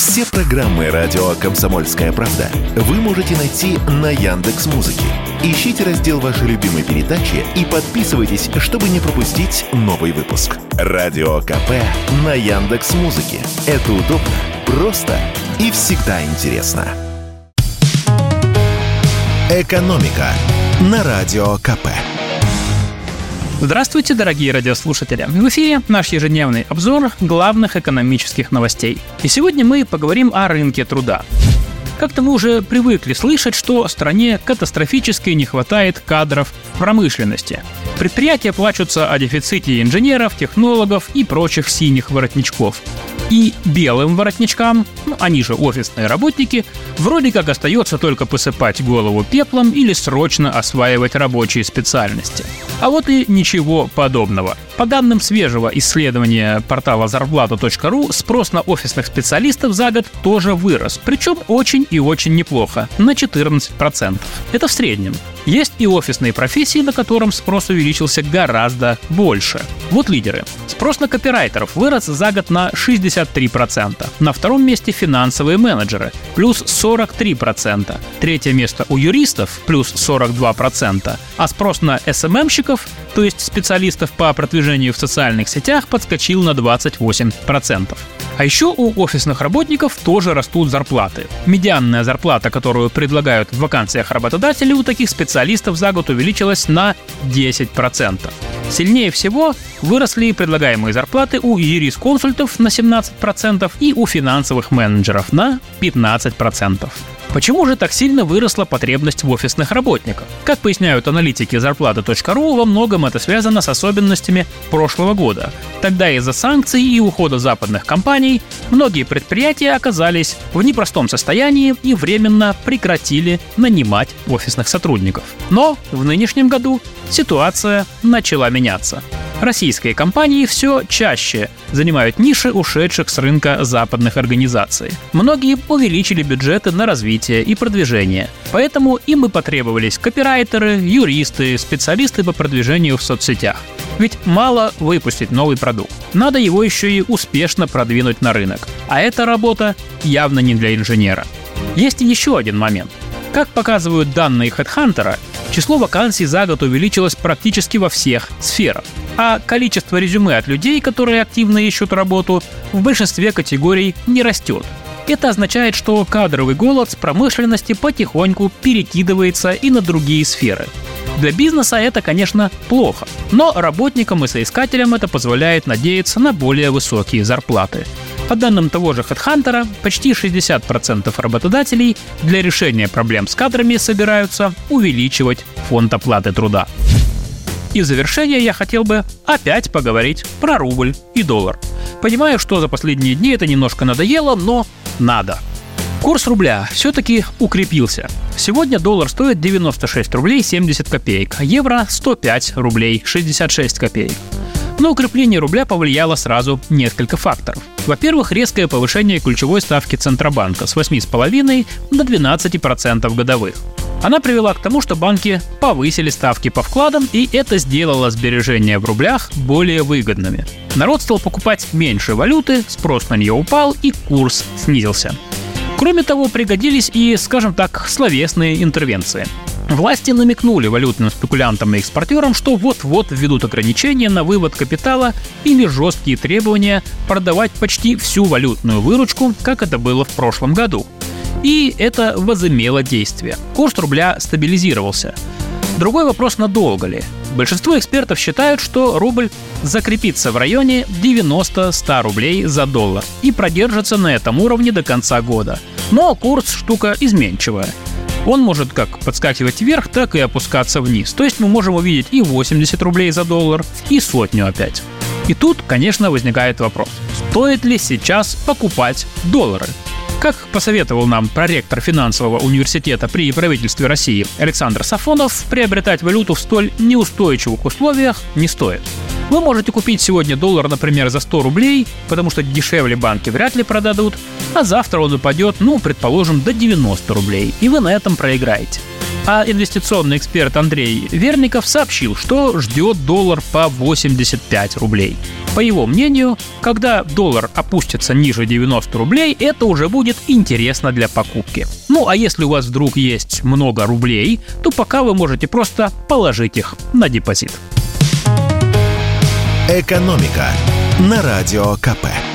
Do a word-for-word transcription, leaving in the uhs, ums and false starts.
Все программы радио «Комсомольская правда» вы можете найти на Яндекс.Музыке. Ищите раздел вашей любимой передачи и подписывайтесь, чтобы не пропустить новый выпуск. Радио КП на Яндекс.Музыке. Это удобно, просто и всегда интересно. «Экономика» на Радио КП. Здравствуйте, дорогие радиослушатели! В эфире наш ежедневный обзор главных экономических новостей. И сегодня мы поговорим о рынке труда. Как-то мы уже привыкли слышать, что стране катастрофически не хватает кадров в промышленности. Предприятия плачутся о дефиците инженеров, технологов и прочих синих воротничков. И белым воротничкам, ну, они же офисные работники, вроде как остается только посыпать голову пеплом или срочно осваивать рабочие специальности. А вот и ничего подобного. По данным свежего исследования портала зарплата точка ру, спрос на офисных специалистов за год тоже вырос, причем очень и очень неплохо, на четырнадцать процентов. Это в среднем. Есть и офисные профессии, на котором спрос увеличился гораздо больше. Вот лидеры. Спрос на копирайтеров вырос за год на шестьдесят три процента. На втором месте финансовые менеджеры, плюс сорок три процента. Третье место у юристов, плюс сорок два процента. А спрос на эс эм эм-щиков, то есть специалистов по продвижению в социальных сетях, подскочил на двадцать восемь процентов. А еще у офисных работников тоже растут зарплаты. Медианная зарплата, которую предлагают в вакансиях работодатели, у таких специалистов за год увеличилась на десять процентов. Сильнее всего выросли предлагаемые зарплаты у юрисконсультов на семнадцать процентов и у финансовых менеджеров на пятнадцать процентов. Почему же так сильно выросла потребность в офисных работниках? Как поясняют аналитики зарплата точка ру, во многом это связано с особенностями прошлого года. Тогда из-за санкций и ухода западных компаний многие предприятия оказались в непростом состоянии и временно прекратили нанимать офисных сотрудников. Но в нынешнем году ситуация начала меняться. Российские компании все чаще занимают ниши ушедших с рынка западных организаций. Многие увеличили бюджеты на развитие и продвижение, поэтому им и потребовались копирайтеры, юристы, специалисты по продвижению в соцсетях. Ведь мало выпустить новый продукт, надо его еще и успешно продвинуть на рынок, а эта работа явно не для инженера. Есть и еще один момент. Как показывают данные HeadHunter, число вакансий за год увеличилось практически во всех сферах, а количество резюме от людей, которые активно ищут работу, в большинстве категорий не растет. Это означает, что кадровый голод с промышленности потихоньку перекидывается и на другие сферы. Для бизнеса это, конечно, плохо, но работникам и соискателям это позволяет надеяться на более высокие зарплаты. По данным того же HeadHunter, почти шестьдесят процентов работодателей для решения проблем с кадрами собираются увеличивать фонд оплаты труда. И в завершение я хотел бы опять поговорить про рубль и доллар. Понимаю, что за последние дни это немножко надоело, но надо. Курс рубля все-таки укрепился. Сегодня доллар стоит девяносто шесть рублей семьдесят копеек, а евро сто пять рублей шестьдесят шесть копеек. На укрепление рубля повлияло сразу несколько факторов. Во-первых, резкое повышение ключевой ставки Центробанка с восемь целых пять десятых до двенадцать процентов годовых. Она привела к тому, что банки повысили ставки по вкладам, и это сделало сбережения в рублях более выгодными. Народ стал покупать меньше валюты, спрос на нее упал и курс снизился. Кроме того, пригодились и, скажем так, словесные интервенции. Власти намекнули валютным спекулянтам и экспортерам, что вот-вот введут ограничения на вывод капитала или жесткие требования продавать почти всю валютную выручку, как это было в прошлом году. И это возымело действие. Курс рубля стабилизировался. Другой вопрос, надолго ли? Большинство экспертов считают, что рубль закрепится в районе девяносто-сто рублей за доллар и продержится на этом уровне до конца года. Но курс штука изменчивая. Он может как подскакивать вверх, так и опускаться вниз. То есть мы можем увидеть и восемьдесят рублей за доллар, и сотню опять. И тут, конечно, возникает вопрос: стоит ли сейчас покупать доллары? Как посоветовал нам проректор финансового университета при правительстве России Александр Сафонов, приобретать валюту в столь неустойчивых условиях не стоит. Вы можете купить сегодня доллар, например, за сто рублей, потому что дешевле банки вряд ли продадут, а завтра он упадет, ну, предположим, до девяноста рублей, и вы на этом проиграете. А инвестиционный эксперт Андрей Верников сообщил, что ждет доллар по восемьдесят пять рублей. По его мнению, когда доллар опустится ниже девяноста рублей, это уже будет интересно для покупки. Ну а если у вас вдруг есть много рублей, то пока вы можете просто положить их на депозит. «Экономика» на Радио ка пэ.